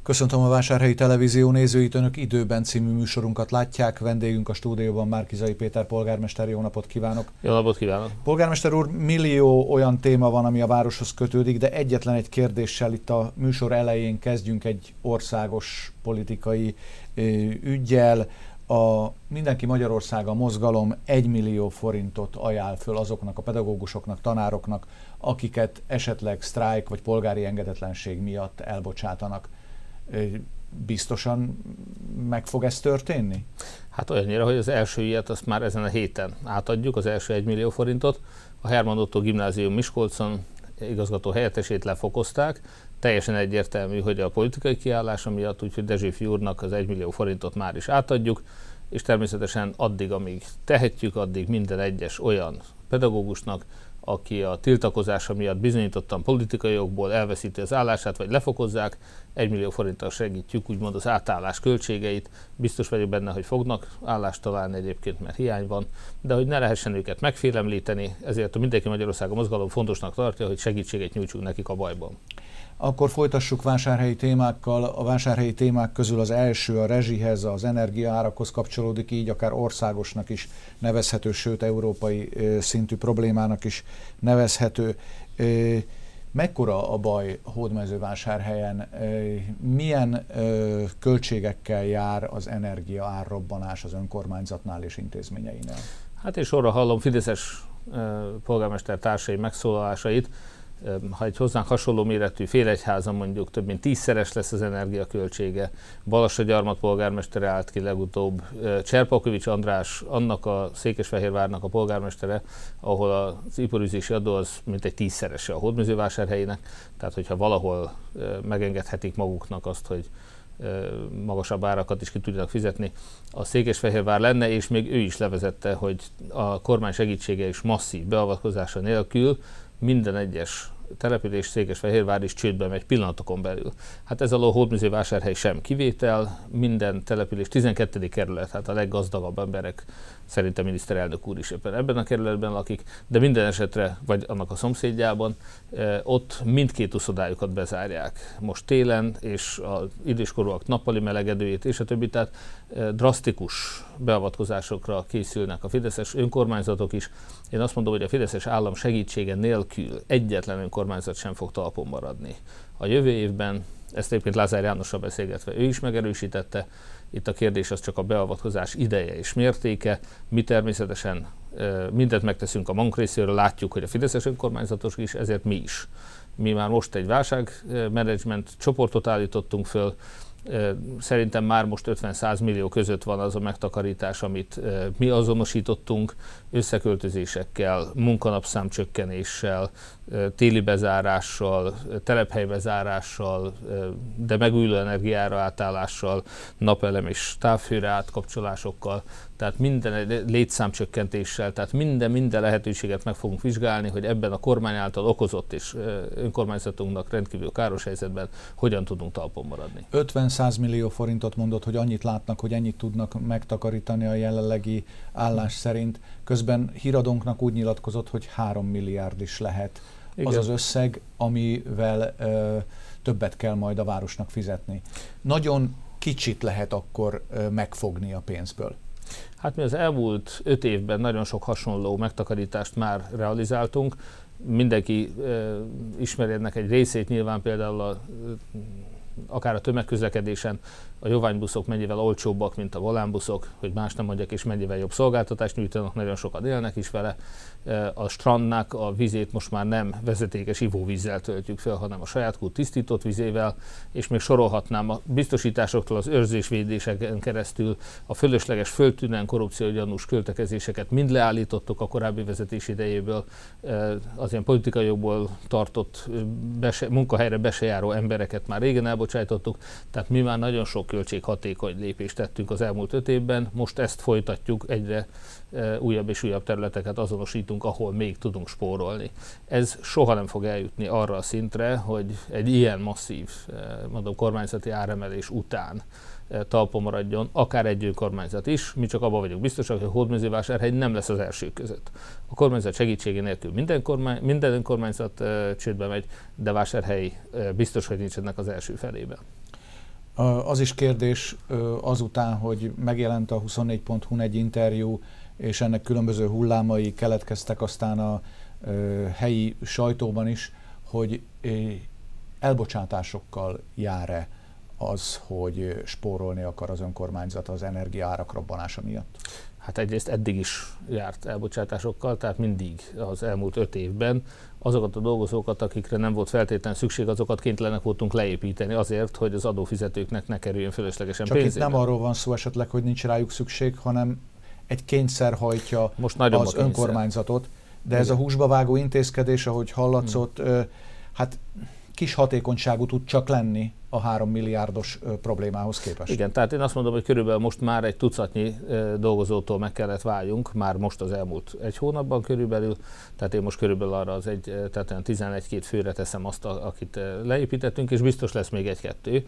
Köszöntöm a Vásárhelyi Televízió nézőit, Önök Időben című műsorunkat látják. Vendégünk a stúdióban Márki-Zay Péter polgármester. Jó napot kívánok! Jó napot kívánok! Polgármester úr, millió olyan téma van, ami a városhoz kötődik, de egyetlen egy kérdéssel itt a műsor elején kezdjünk egy országos politikai üggyel. A Mindenki Magyarországa mozgalom 1 millió forintot ajánl föl azoknak a pedagógusoknak, tanároknak, akiket esetleg sztrájk vagy polgári engedetlenség miatt elbocsátanak. Biztosan meg fog ez történni? Hát olyannyira, hogy az első ilyet azt már ezen a héten átadjuk, az első 1 millió forintot. A Herman Ottó Gimnázium Miskolcon igazgató helyettesét lefokozták. Teljesen egyértelmű, hogy a politikai kiállása miatt, úgyhogy Dezsőfi úrnak az 1 millió forintot már is átadjuk, és természetesen addig, amíg tehetjük, addig minden egyes olyan pedagógusnak, aki a tiltakozása miatt bizonyítottan politikai jogból elveszíti az állását, vagy lefokozzák, 1 millió forinttal segítjük úgymond az átállás költségeit. Biztos vagyok benne, hogy fognak állást találni egyébként, mert hiány van, de hogy ne lehessen őket megfélemlíteni, ezért a Mindenki Magyarországa mozgalom fontosnak tartja, hogy segítséget nyújtsunk nekik a bajban. Akkor folytassuk vásárhelyi témákkal. A vásárhelyi témák közül az első a rezsihez, az energiaárakhoz kapcsolódik, így akár országosnak is nevezhető, sőt európai szintű problémának is nevezhető. Mekkora a baj Hódmezővásárhelyen? Milyen költségekkel jár az energia árrobbanás az önkormányzatnál és intézményeinél? Hát én sorra hallom fideszes polgármester társai megszólalásait. Ha egy hozzánk hasonló méretű Félegyházan mondjuk több mint 10-szeres lesz az energiaköltsége, Balassagyarmat polgármestere állt ki legutóbb, Cserpakovics András, annak a Székesfehérvárnak a polgármestere, ahol az iparűzési adó az mintegy 10-szerese a Hódmezővásárhelyinek, tehát hogyha valahol megengedhetik maguknak azt, hogy magasabb árakat is ki tudjanak fizetni, a Székesfehérvár lenne, és még ő is levezette, hogy a kormány segítsége és masszív beavatkozása nélkül minden egyes település, Székesfehérvár is csődbe megy pillanatokon belül. Hát ez alól Hódmezővásárhely sem kivétel, minden település 12. kerület, hát a leggazdagabb emberek, szerintem miniszterelnök úr is éppen ebben a kerületben lakik, de minden esetre, vagy annak a szomszédjában, ott mindkét uszodájukat bezárják most télen, és az időskorúak nappali melegedőjét és a többi, tehát drasztikus beavatkozásokra készülnek a fideszes önkormányzatok is. Én azt mondom, hogy a fideszes állam segítsége nélkül egyetlen önkormányzat sem fog talpon maradni. A jövő évben, ezt egyébként Lázár Jánossal beszélgetve ő is megerősítette, itt a kérdés az csak a beavatkozás ideje és mértéke. Mi természetesen mindent megteszünk a magunk részéről, látjuk, hogy a fideszes önkormányzatok is, ezért mi is. Mi már most egy válságmenedzsment csoportot állítottunk föl, szerintem már most 50-100 millió között van az a megtakarítás, amit mi azonosítottunk összeköltözésekkel, munkanapszám csökkenéssel, téli bezárással, telephelybezárással, de megújuló energiára átállással, napelem és távhőre átkapcsolásokkal, tehát minden létszámcsökkentéssel, tehát minden lehetőséget meg fogunk vizsgálni, hogy ebben a kormány által okozott és önkormányzatunknak rendkívül káros helyzetben hogyan tudunk talpon maradni. 50-100 millió forintot mondott, hogy annyit látnak, hogy ennyit tudnak megtakarítani a jelenlegi állás szerint. Közben híradónknak úgy nyilatkozott, hogy 3 milliárd is lehet. Igen. Az az összeg, amivel többet kell majd a városnak fizetni. Nagyon kicsit lehet akkor megfogni a pénzből. Hát mi az elmúlt 5 évben nagyon sok hasonló megtakarítást már realizáltunk. Mindenki ismeri ennek egy részét, nyilván például akár a tömegközlekedésen a joványbuszok mennyivel olcsóbbak, mint a volánbuszok, hogy más nem mondjak, és mennyivel jobb szolgáltatást nyújtanak, nagyon sokan élnek is vele. A strandnak a vizét most már nem vezetékes ivóvízzel töltjük fel, hanem a saját kút tisztított vizével, és még sorolhatnám a biztosításoktól az őrzésvédéseken keresztül a fölösleges, földtűnően korrupciógyanús költekezéseket mind leállítottuk a korábbi vezetés idejéből, az ilyen politikai jogból tartott munkahelyre be se járó embereket már régen elbocsájtottuk, tehát mi már nagyon sok költséghatékony lépést tettünk az elmúlt 5 évben, most ezt folytatjuk, egyre újabb és újabb területeket azonosítunk, ahol még tudunk spórolni. Ez soha nem fog eljutni arra a szintre, hogy egy ilyen masszív, mondom, kormányzati áremelés után talpon maradjon, akár egy önkormányzat is. Mi csak abban vagyunk biztosak, hogy Hódmezővásárhely nem lesz az elsők között. A kormányzat segítségé nélkül minden önkormányzat csődbe megy, de Vásárhely biztos, hogy nincs ennek az első felében. Az is kérdés azután, hogy megjelent a 24.hu-n egy interjú, és ennek különböző hullámai keletkeztek aztán a helyi sajtóban is, hogy elbocsátásokkal jár-e az, hogy spórolni akar az önkormányzat az energiaárak robbanása miatt? Hát egyrészt eddig is járt elbocsátásokkal, tehát mindig az elmúlt 5 évben azokat a dolgozókat, akikre nem volt feltétlenül szükség, azokat kénytelenek voltunk leépíteni azért, hogy az adófizetőknek ne kerüljön fölöslegesen pénzébe. Csak itt nem arról van szó esetleg, hogy nincs rájuk szükség, hanem egy kényszer hajtja az önkormányzatot. De ez a húsba vágó intézkedés, ahogy hallatszott, hát kis hatékonyságú tud csak lenni a 3 milliárdos problémához képest. Igen, tehát én azt mondom, hogy körülbelül most már egy tucatnyi dolgozótól meg kellett váljunk, már most az elmúlt 1 hónapban körülbelül, tehát én most körülbelül arra tehát 11-2 főre teszem azt, akit leépítettünk, és biztos lesz még 1-2,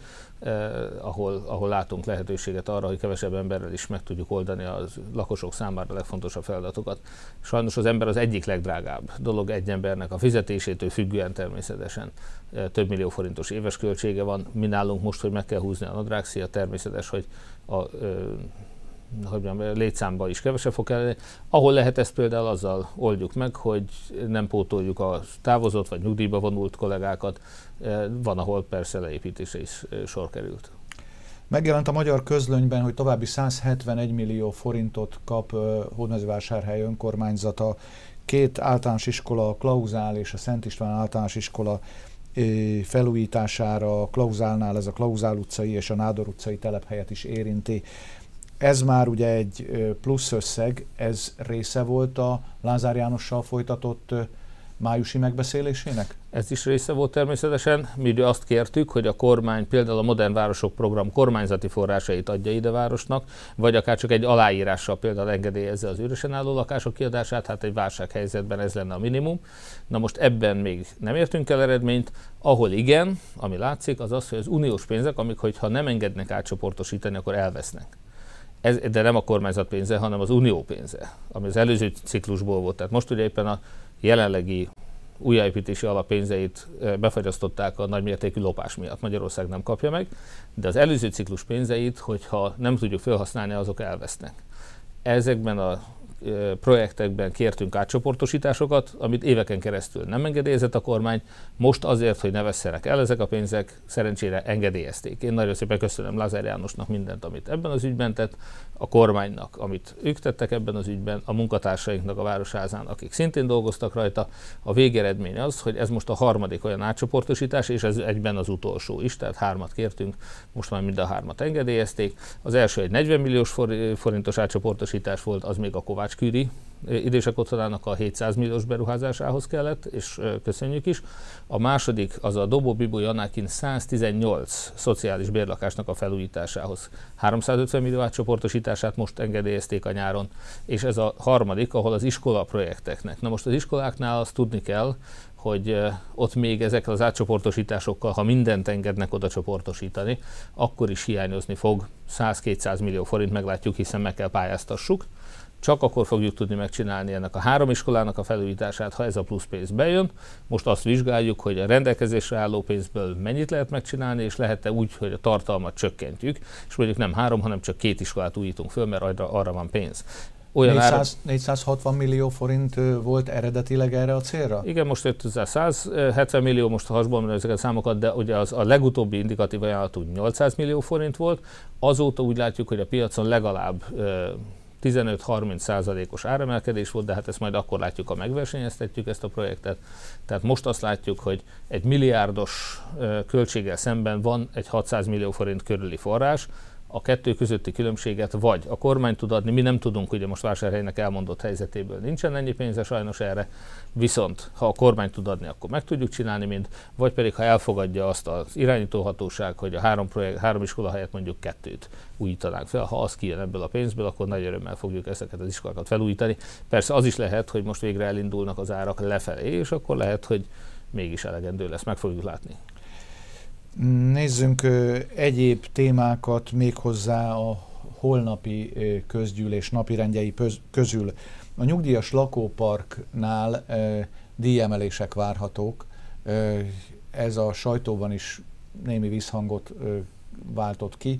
ahol látunk lehetőséget arra, hogy kevesebb emberrel is meg tudjuk oldani a lakosok számára a legfontosabb feladatokat. Sajnos az ember az egyik legdrágább dolog egy embernek, a fizetésétől függően természetesen több millió forintos éves költsége van. Mi nálunk most, hogy meg kell húzni a nadrágszíjat, természetes, hogy a létszámban is kevesebb fog kelleni. Ahol lehet, ezt például azzal oldjuk meg, hogy nem pótoljuk a távozott vagy nyugdíjba vonult kollégákat, van, ahol persze leépítésre is sor került. Megjelent a Magyar Közlönyben, hogy további 171 millió forintot kap Hódmezővásárhely önkormányzata. 2 általános iskola, a Klauzál és a Szent István általános iskola felújítására. A Klauzálnál ez a Klauzál utcai és a Nádor utcai telephelyet is érinti. Ez már ugye egy plusz összeg, ez része volt a Lázár Jánossal folytatott májusi megbeszélésének? Ez is része volt természetesen. Mi ugye azt kértük, hogy a kormány például a Modern Városok Program kormányzati forrásait adja ide városnak, vagy akár csak egy aláírással például engedélyezze az üresen álló lakások kiadását, hát egy válsághelyzetben ez lenne a minimum. Na most ebben még nem értünk el eredményt. Ahol igen, ami látszik, az az, hogy az uniós pénzek, amik, hogyha nem engednek átcsoportosítani, akkor elvesznek. De nem a kormányzat pénze, hanem az unió pénze, ami az előző ciklusból volt. Tehát most ugye éppen a jelenlegi újjáépítési alappénzeit befagyasztották a nagymértékű lopás miatt. Magyarország nem kapja meg, de az előző ciklus pénzeit, hogyha nem tudjuk felhasználni, azok elvesznek. Ezekben a projektekben kértünk átcsoportosításokat, amit éveken keresztül nem engedélyezett a kormány. Most azért, hogy ne vesszenek el ezek a pénzek, szerencsére engedélyezték. Én nagyon szépen köszönöm Lázár Jánosnak mindent, amit ebben az ügyben tett, a kormánynak, amit ők tettek ebben az ügyben, a munkatársainknak a Városházán, akik szintén dolgoztak rajta. A végeredmény az, hogy ez most a 3. olyan átcsoportosítás, és ez egyben az utolsó is, tehát 3 kértünk, most már mind a 3 engedélyezték. Az első egy 40 milliós forintos átcsoportosítás volt, az még a Kovács Kűri idősek otthonának a 700 milliós beruházásához kellett, és köszönjük is. A második az a Dobó Bibó Janákin 118 szociális bérlakásnak a felújításához. 350 millió átcsoportosítását most engedélyezték a nyáron, és ez a harmadik, ahol az iskola projekteknek. Na most az iskoláknál azt tudni kell, hogy ott még ezekkel az átcsoportosításokkal, ha mindent engednek oda csoportosítani, akkor is hiányozni fog 100-200 millió forint, meglátjuk, hiszen meg kell pályáztassuk. Csak akkor fogjuk tudni megcsinálni ennek a 3 iskolának a felújítását, ha ez a plusz pénz bejön. Most azt vizsgáljuk, hogy a rendelkezésre álló pénzből mennyit lehet megcsinálni, és lehet-e úgy, hogy a tartalmat csökkentjük, és mondjuk nem 3, hanem csak 2 iskolát újítunk föl, mert arra van pénz. 460 millió forint volt eredetileg erre a célra? Igen, most 170 millió, most hasból mondom ezeket a számokat, de ugye az a legutóbbi indikatív ajánlatú 800 millió forint volt. Azóta úgy látjuk, hogy a piacon legalább 15-30%-os áremelkedés volt, de hát ezt majd akkor látjuk, ha megversenyeztetjük ezt a projektet. Tehát most azt látjuk, hogy egy milliárdos költséggel szemben van egy 600 millió forint körüli forrás. A kettő közötti különbséget vagy a kormány tud adni, mi nem tudunk, ugye most Vásárhelynek elmondott helyzetéből nincsen ennyi pénze sajnos erre, viszont ha a kormány tud adni, akkor meg tudjuk csinálni mind, vagy pedig ha elfogadja azt az irányítóhatóság, hogy a 3 iskola helyett mondjuk 2 újítanánk fel, ha az kijön ebből a pénzből, akkor nagy örömmel fogjuk ezeket az iskolákat felújítani. Persze az is lehet, hogy most végre elindulnak az árak lefelé, és akkor lehet, hogy mégis elegendő lesz, meg fogjuk látni. Nézzünk egyéb témákat méghozzá a holnapi közgyűlés napirendjei közül. A nyugdíjas lakóparknál díjemelések várhatók. Ez a sajtóban is némi visszhangot váltott ki.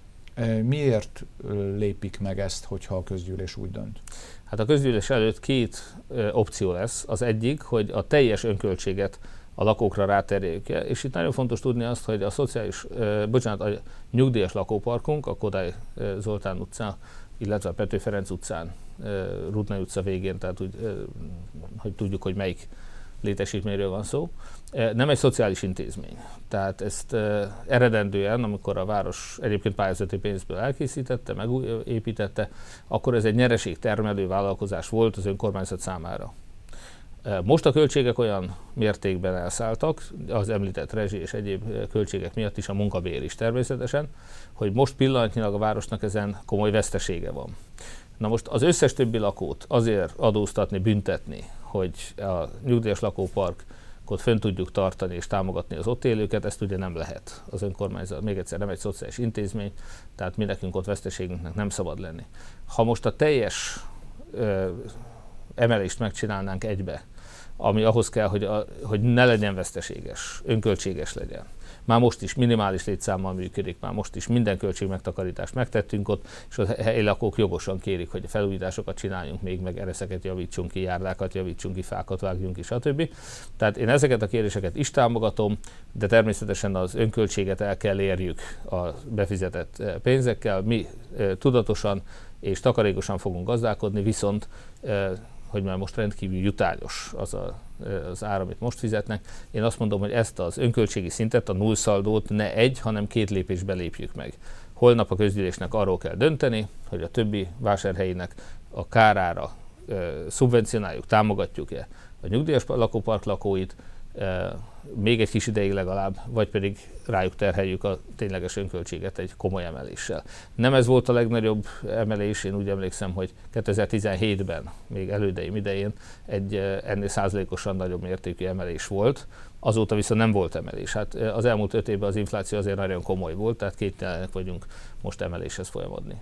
Miért lépik meg ezt, hogyha a közgyűlés úgy dönt? Hát a közgyűlés előtt két opció lesz. Az egyik, hogy a teljes önköltséget a lakókra ráterjeljük el, és itt nagyon fontos tudni azt, hogy a a nyugdíjas lakóparkunk, a Kodály Zoltán utcán, illetve a Pető Ferenc utcán, Rudnay utca végén, tehát úgy, hogy tudjuk, hogy melyik létesítményről van szó, nem egy szociális intézmény. Tehát ezt eredendően, amikor a város egyébként pályázati pénzből elkészítette, megépítette, akkor ez egy nyereségtermelő vállalkozás volt az önkormányzat számára. Most a költségek olyan mértékben elszálltak, az említett rezsi és egyéb költségek miatt is, a munkabér is természetesen, hogy most pillanatnyilag a városnak ezen komoly vesztesége van. Na most az összes többi lakót azért adóztatni, büntetni, hogy a nyugdíjas lakóparkot fönn tudjuk tartani és támogatni az ott élőket, ezt ugye nem lehet. Az önkormányzat még egyszer nem egy szociális intézmény, tehát mi nekünk ott veszteségünknek nem szabad lenni. Ha most a teljes emelést megcsinálnánk egybe, ami ahhoz kell, hogy ne legyen veszteséges, önköltséges legyen. Már most is minimális létszámmal működik, már most is minden költségmegtakarítást megtettünk ott, és a helyi lakók jogosan kérik, hogy felújításokat csináljunk még, meg ereszeket javítsunk ki, járdákat javítsunk ki, fákat vágjunk ki, stb. Tehát én ezeket a kéréseket is támogatom, de természetesen az önköltséget el kell érjük a befizetett pénzekkel. Mi tudatosan és takarékosan fogunk gazdálkodni, viszont hogy már most rendkívül jutányos az ár, amit most fizetnek. Én azt mondom, hogy ezt az önköltségi szintet, a nullszaldót ne egy, hanem két lépésbe lépjük meg. Holnap a közgyűlésnek arról kell dönteni, hogy a többi vásárhelyinek a kárára szubvencionáljuk, támogatjuk-e a nyugdíjas lakópark lakóit, még egy kis ideig legalább, vagy pedig rájuk terheljük a tényleges önköltséget egy komoly emeléssel. Nem ez volt a legnagyobb emelés, én úgy emlékszem, hogy 2017-ben, még elődeim idején egy ennél százalékosan nagyobb mértékű emelés volt, azóta viszont nem volt emelés. Hát az elmúlt 5 évben az infláció azért nagyon komoly volt, tehát képtelenek vagyunk most emeléshez folyamodni.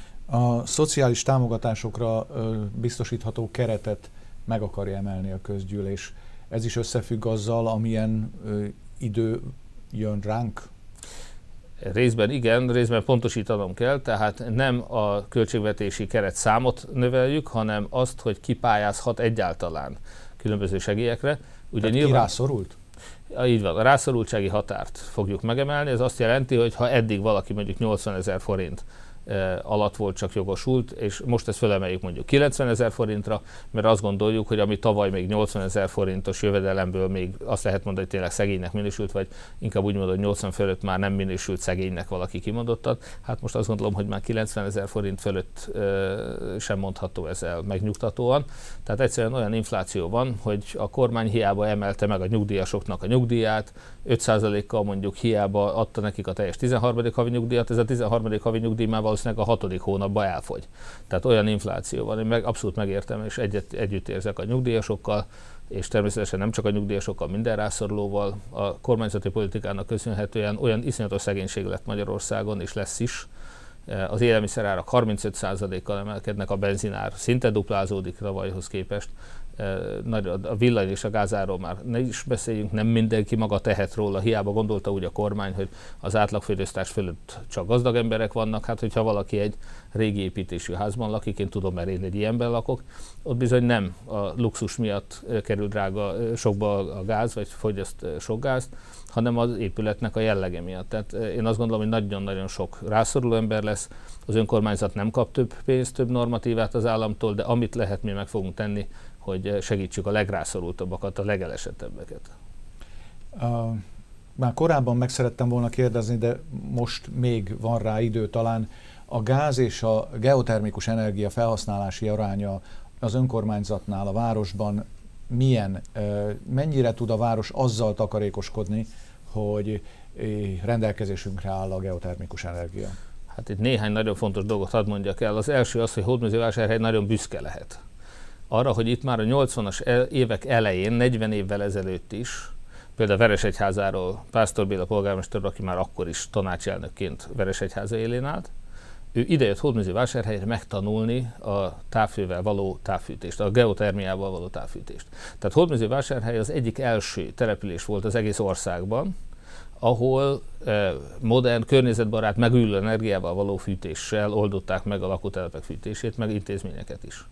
A szociális támogatásokra biztosítható keretet meg akarja emelni a közgyűlés. Ez is összefügg azzal, amilyen idő jön ránk? Részben igen, részben pontosítanom kell, tehát nem a költségvetési keret számot növeljük, hanem azt, hogy ki pályázhat egyáltalán különböző segélyekre. Ugye nyilván... ki rászorult? Így van, a rászorultsági határt fogjuk megemelni, ez azt jelenti, hogy ha eddig valaki mondjuk 80 000 forint alatt volt csak jogosult, és most ezt fölemeljük mondjuk 90 000 forintra, mert azt gondoljuk, hogy ami tavaly még 80 000 forintos jövedelemből még azt lehet mondani, hogy tényleg szegénynek minősült, vagy inkább úgy mondom, hogy 80 fölött már nem minősült szegénynek valaki kimondottan. Hát most azt gondolom, hogy már 90 000 forint fölött sem mondható ezzel megnyugtatóan. Tehát egyszerűen olyan infláció van, hogy a kormány hiába emelte meg a nyugdíjasoknak a nyugdíját, 5%-kal mondjuk hiába adta nekik a teljes 13. havi nyugdíjat, ez a 13. havi nyugdíj már valószínűleg a 6. hónapban elfogy. Tehát olyan infláció van, én abszolút megértem, és együtt érzek a nyugdíjasokkal, és természetesen nem csak a nyugdíjasokkal, minden rászorulóval. A kormányzati politikának köszönhetően olyan iszonyatos szegénység lett Magyarországon, és lesz is. Az élelmiszerárak 35%-kal emelkednek, a benzinár szinte duplázódik tavalyhoz képest. A villany és a gázáról már ne is beszéljünk, nem mindenki maga tehet róla, hiába gondolta úgy a kormány, hogy az átlagfogyasztás fölött csak gazdag emberek vannak, hát hogyha valaki egy régi építésű házban lakik, én tudom, mert én egy ilyenben lakok, ott bizony nem a luxus miatt kerül drága sokba a gáz, vagy fogyaszt sok gázt, hanem az épületnek a jellege miatt. Tehát én azt gondolom, hogy nagyon-nagyon sok rászoruló ember lesz, az önkormányzat nem kap több pénzt, több normatívát az államtól, de amit lehet, mi meg fogunk tenni, hogy segítsük a legrászorultabbakat, a legelesettebbeket. Már korábban meg szerettem volna kérdezni, de most még van rá idő talán. A gáz és a geotermikus energia felhasználási aránya az önkormányzatnál, a városban milyen? Mennyire tud a város azzal takarékoskodni, hogy rendelkezésünkre áll a geotermikus energia? Hát itt néhány nagyon fontos dolgot hadd mondjak el. Az első az, hogy Hódmezővásárhely nagyon büszke lehet arra, hogy itt már a 80-as évek elején, 40 évvel ezelőtt is, például Veresegyházáról Pásztor Béla polgármester, aki már akkor is tanácselnökként Veresegyháza élén állt, ő idejött Hódmezővásárhelyre megtanulni a távhővel való távfűtést, a geotermiával való távfűtést. Tehát Hódmezővásárhely az egyik első település volt az egész országban, ahol modern, környezetbarát, megújuló energiával való fűtéssel oldották meg a lakótelepek fűtését, meg intézményeket is.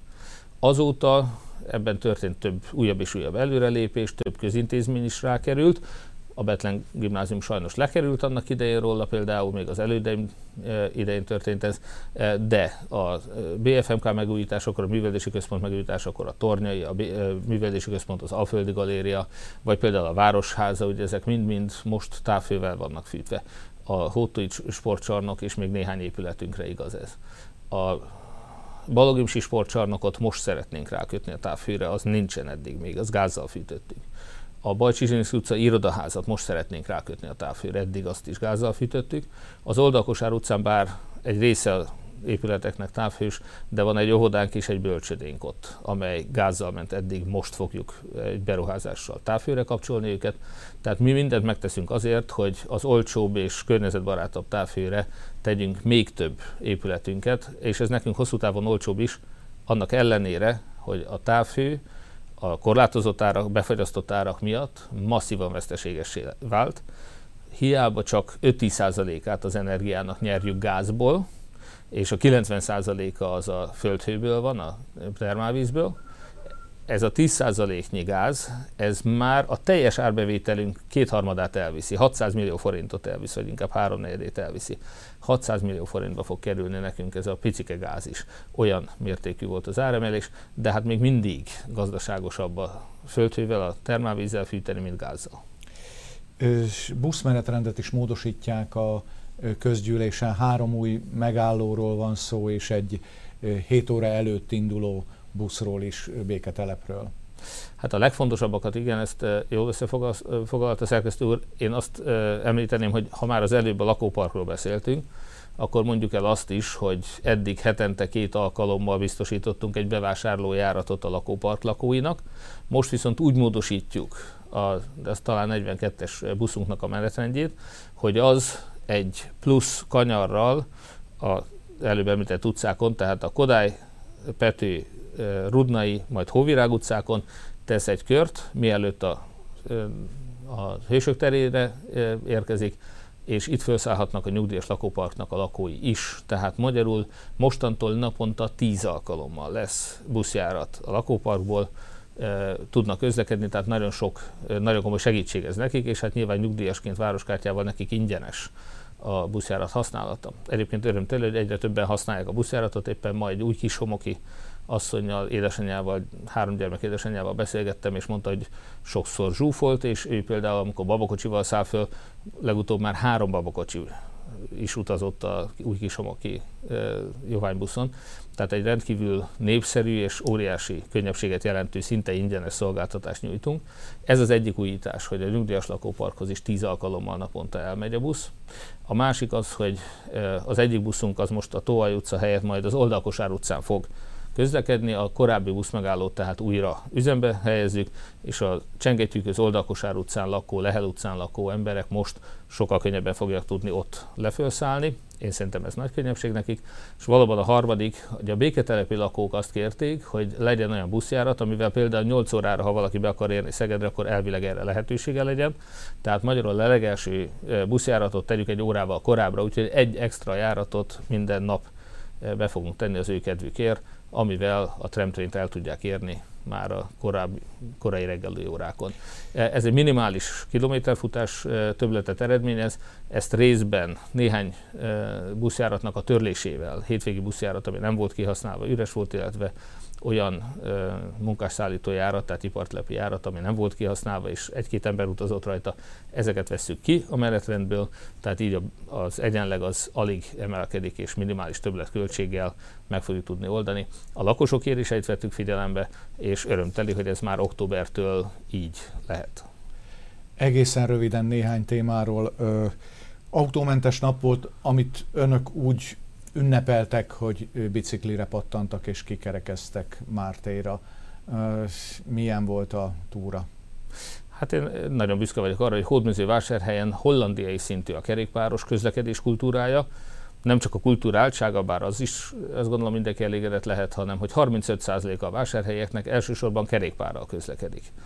Azóta ebben történt több újabb és újabb előrelépés, több közintézmény is rákerült. A Bethlen Gimnázium sajnos lekerült annak idején róla, például még az elődeim idején történt ez, de a BFMK megújításakor, a Művelődési Központ megújításakor a Tornyai, a Művelődési Központ, az Alföldi Galéria, vagy például a Városháza, ugye ezek mind-mind most távhővel vannak fűtve. A Hótói sportcsarnok és még néhány épületünkre igaz ez. A Balogimsi sportcsarnokot most szeretnénk rákötni a távhőre, az nincsen eddig még, az gázzal fűtöttük. A Bajcsy-Zsilinszky utca irodaházat most szeretnénk rákötni a távhőre, eddig azt is gázzal fűtöttük. Az Oldalkosár utcán bár egy része az épületeknek távhős, de van egy óvodánk és egy bölcsödénk ott, amely gázzal ment eddig, most fogjuk egy beruházással távhőre kapcsolni őket. Tehát mi mindent megteszünk azért, hogy az olcsóbb és környezetbarátabb távhőre tegyünk még több épületünket, és ez nekünk hosszú távon olcsóbb is, annak ellenére, hogy a távhő a korlátozott árak, befagyasztott árak miatt masszívan veszteségessé vált. Hiába csak 5-10%-át az energiának nyerjük gázból, és a 90%-a az a földhőből van, a termálvízből. Ez a 10%-nyi gáz, ez már a teljes árbevételünk 2/3 elviszi, 600 millió forintot elvisz, vagy inkább 3/4 elviszi. 600 millió forintba fog kerülni nekünk ez a picike gáz is. Olyan mértékű volt az áremelés, de hát még mindig gazdaságosabb a földhővel, a termálvízzel fűteni, mint gázzal. Buszmenetrendet is módosítják a közgyűlésen, 3 új megállóról van szó, és egy 7 óra előtt induló buszról is Béketelepről. Hát a legfontosabbakat, igen, ezt jól összefoglalta a szerkesztő úr. Én azt említeném, hogy ha már az előbb a lakóparkról beszéltünk, akkor mondjuk el azt is, hogy eddig hetente 2 alkalommal biztosítottunk egy bevásárlójáratot a lakópark lakóinak. Most viszont úgy módosítjuk, ez talán 42-es buszunknak a menetrendjét, hogy az egy plusz kanyarral az előbb említett utcákon, tehát a Kodály, Pető, Rudnai, majd Hóvirág utcákon tesz egy kört, mielőtt a Hősök terére érkezik, és itt felszállhatnak a nyugdíjas lakóparknak a lakói is. Tehát magyarul mostantól naponta 10 alkalommal lesz buszjárat a lakóparkból, tudnak közlekedni, tehát nagyon komoly segítség ez nekik, és hát nyilván nyugdíjasként városkártyával nekik ingyenes a buszjárat használata. Egyébként örömteli, hogy egyre többen használják a buszjáratot, éppen ma egy új kishomoki asszonnyal, édesanyjával, 3 gyermek édesanyjával beszélgettem, és mondta, hogy sokszor zsúfolt, és ő például, amikor babakocsival száll föl, legutóbb már 3 babakocsi is utazott a új kishomoki Joványbuszon. Tehát egy rendkívül népszerű és óriási könnyebbséget jelentő, szinte ingyenes szolgáltatást nyújtunk. Ez az egyik újítás, hogy a nyugdíjas lakóparkhoz is 10 alkalommal naponta elmegy a busz. A másik az, hogy az egyik buszunk az most a Tóaj utca helyett majd az Oldalkosár utcán fog közlekedni, a korábbi buszmegállót tehát újra üzembe helyezzük, és a Csengetyűköz Oldalkosár utcán lakó, Lehel utcán lakó emberek most sokkal könnyebben fogják tudni ott lefölszállni. Én szerintem ez nagy könnyebbség nekik. És valóban a harmadik, hogy a béketelepi lakók azt kérték, hogy legyen olyan buszjárat, amivel például 8 órára, ha valaki be akar érni Szegedre, akkor elvileg erre lehetősége legyen. Tehát magyarul a legelső buszjáratot tegyük egy órával korábbra, úgyhogy egy extra járatot minden nap be fogunk tenni az ő kedvükért, amivel a tramtraint el tudják érni már a korai reggeli órákon. Ez egy minimális kilométerfutás többletet eredményez, ezt részben néhány buszjáratnak a törlésével, hétvégi buszjárat, ami nem volt kihasználva, üres volt, illetve olyan munkásszállító járat, tehát ipartelepi járat, ami nem volt kihasználva, és 1-2 ember utazott rajta, ezeket vesszük ki a menetrendből, tehát így az egyenleg az alig emelkedik, és minimális többletköltséggel meg fogjuk tudni oldani. A lakosok kéréseit vettük figyelembe, és örömteli, hogy ez már októbertől így lehet. Egészen röviden néhány témáról. Autómentes nap volt, amit önök úgy ünnepeltek, hogy biciklire pattantak és kikerekeztek Mártéra. Milyen volt a túra? Hát én nagyon büszke vagyok arra, hogy Hódmezővásárhelyen hollandiai szintű a kerékpáros közlekedés kultúrája. Nem csak a kulturáltsága, bár az is, azt gondolom mindenki elégedett lehet, hanem hogy 35%-a a vásárhelyeknek elsősorban kerékpárral közlekedik.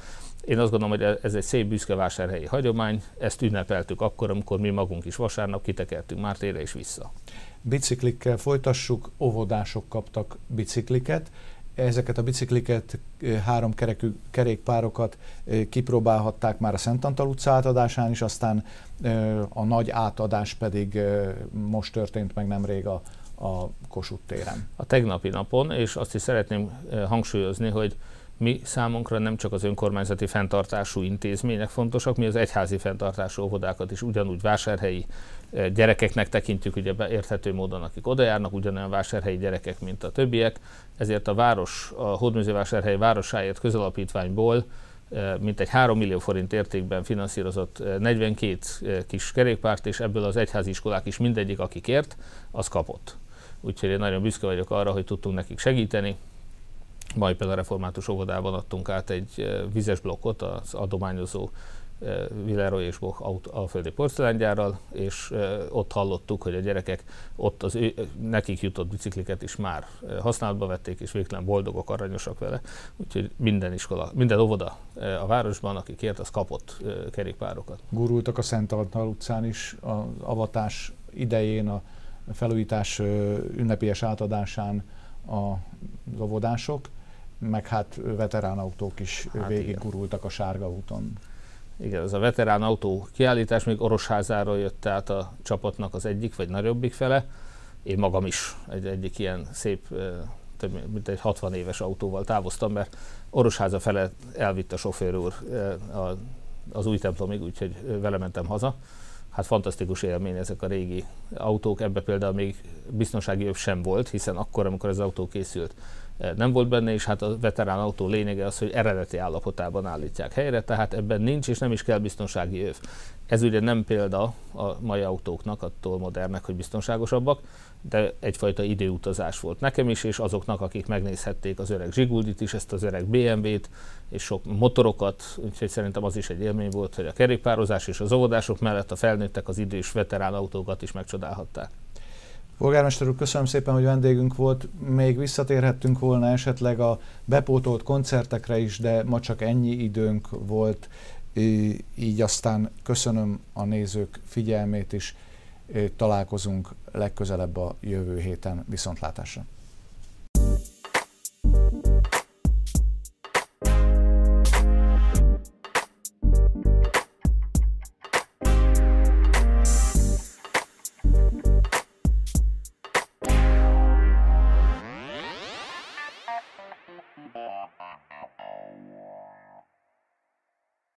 Én azt gondolom, hogy ez egy szép büszke vásárhelyi hagyomány, ezt ünnepeltük akkor, amikor mi magunk is vasárnap kitekertünk Mártére és vissza. Biciklikkel folytassuk, óvodások kaptak bicikliket. Ezeket a bicikliket, 3 kerekű kerékpárokat kipróbálhatták már a Szent Antal utca átadásán is, aztán a nagy átadás pedig most történt meg nemrég a Kossuth téren. A tegnapi napon, és azt is szeretném hangsúlyozni, hogy mi számunkra nem csak az önkormányzati fenntartású intézmények fontosak, mi az egyházi fenntartású óvodákat is ugyanúgy vásárhelyi gyerekeknek tekintjük, ugye érthető módon, akik oda járnak, ugyanolyan vásárhelyi gyerekek, mint a többiek, ezért a Hódmezővásárhely Városáért Közalapítványból mintegy 3 millió forint értékben finanszírozott 42 kis kerékpárt, és ebből az egyházi iskolák is mindegyik, aki kért, az kapott. Úgyhogy én nagyon büszke vagyok arra, hogy tudtunk nekik segíteni. Majd például a református óvodában adtunk át egy vizes blokkot az adományozó Villeroy és Boch alföldi porcelángyárral, és ott hallottuk, hogy a gyerekek ott nekik jutott bicikliket is már használatba vették, és végtelen boldogok, aranyosak vele. Úgyhogy minden óvoda a városban, aki kért, az kapott kerékpárokat. Gurultak a Szent Antal utcán is az avatás idején, a felújítás ünnepélyes átadásán az óvodások, meg hát veteránautók is végig gurultak a Sárga úton. Igen, ez a veterán autó kiállítás még Orosházáról jött át a csapatnak az egyik vagy nagyobbik fele. Én magam is egyik ilyen szép, mint egy 60 éves autóval távoztam, mert Orosháza fele elvitt a sofőr úr az új templomig, úgyhogy vele mentem haza. Hát fantasztikus élmény ezek a régi autók, ebbe például még biztonsági öv sem volt, hiszen akkor, amikor az autó készült, nem volt benne, és hát a veterán autó lényege az, hogy eredeti állapotában állítják helyre, tehát ebben nincs és nem is kell biztonsági öv. Ez ugye nem példa a mai autóknak, attól modernek, hogy biztonságosabbak, de egyfajta időutazás volt nekem is, és azoknak, akik megnézhették az öreg Zsiguldit is, ezt az öreg BMW-t, és sok motorokat, úgyhogy szerintem az is egy élmény volt, hogy a kerékpározás és az óvodások mellett a felnőttek az idős veterán autókat is megcsodálhatták. Polgármester úr, köszönöm szépen, hogy vendégünk volt. Még visszatérhettünk volna esetleg a bepótolt koncertekre is, de ma csak ennyi időnk volt, így aztán köszönöm a nézők figyelmét is. Találkozunk legközelebb a jövő héten. Viszontlátásra! Bye.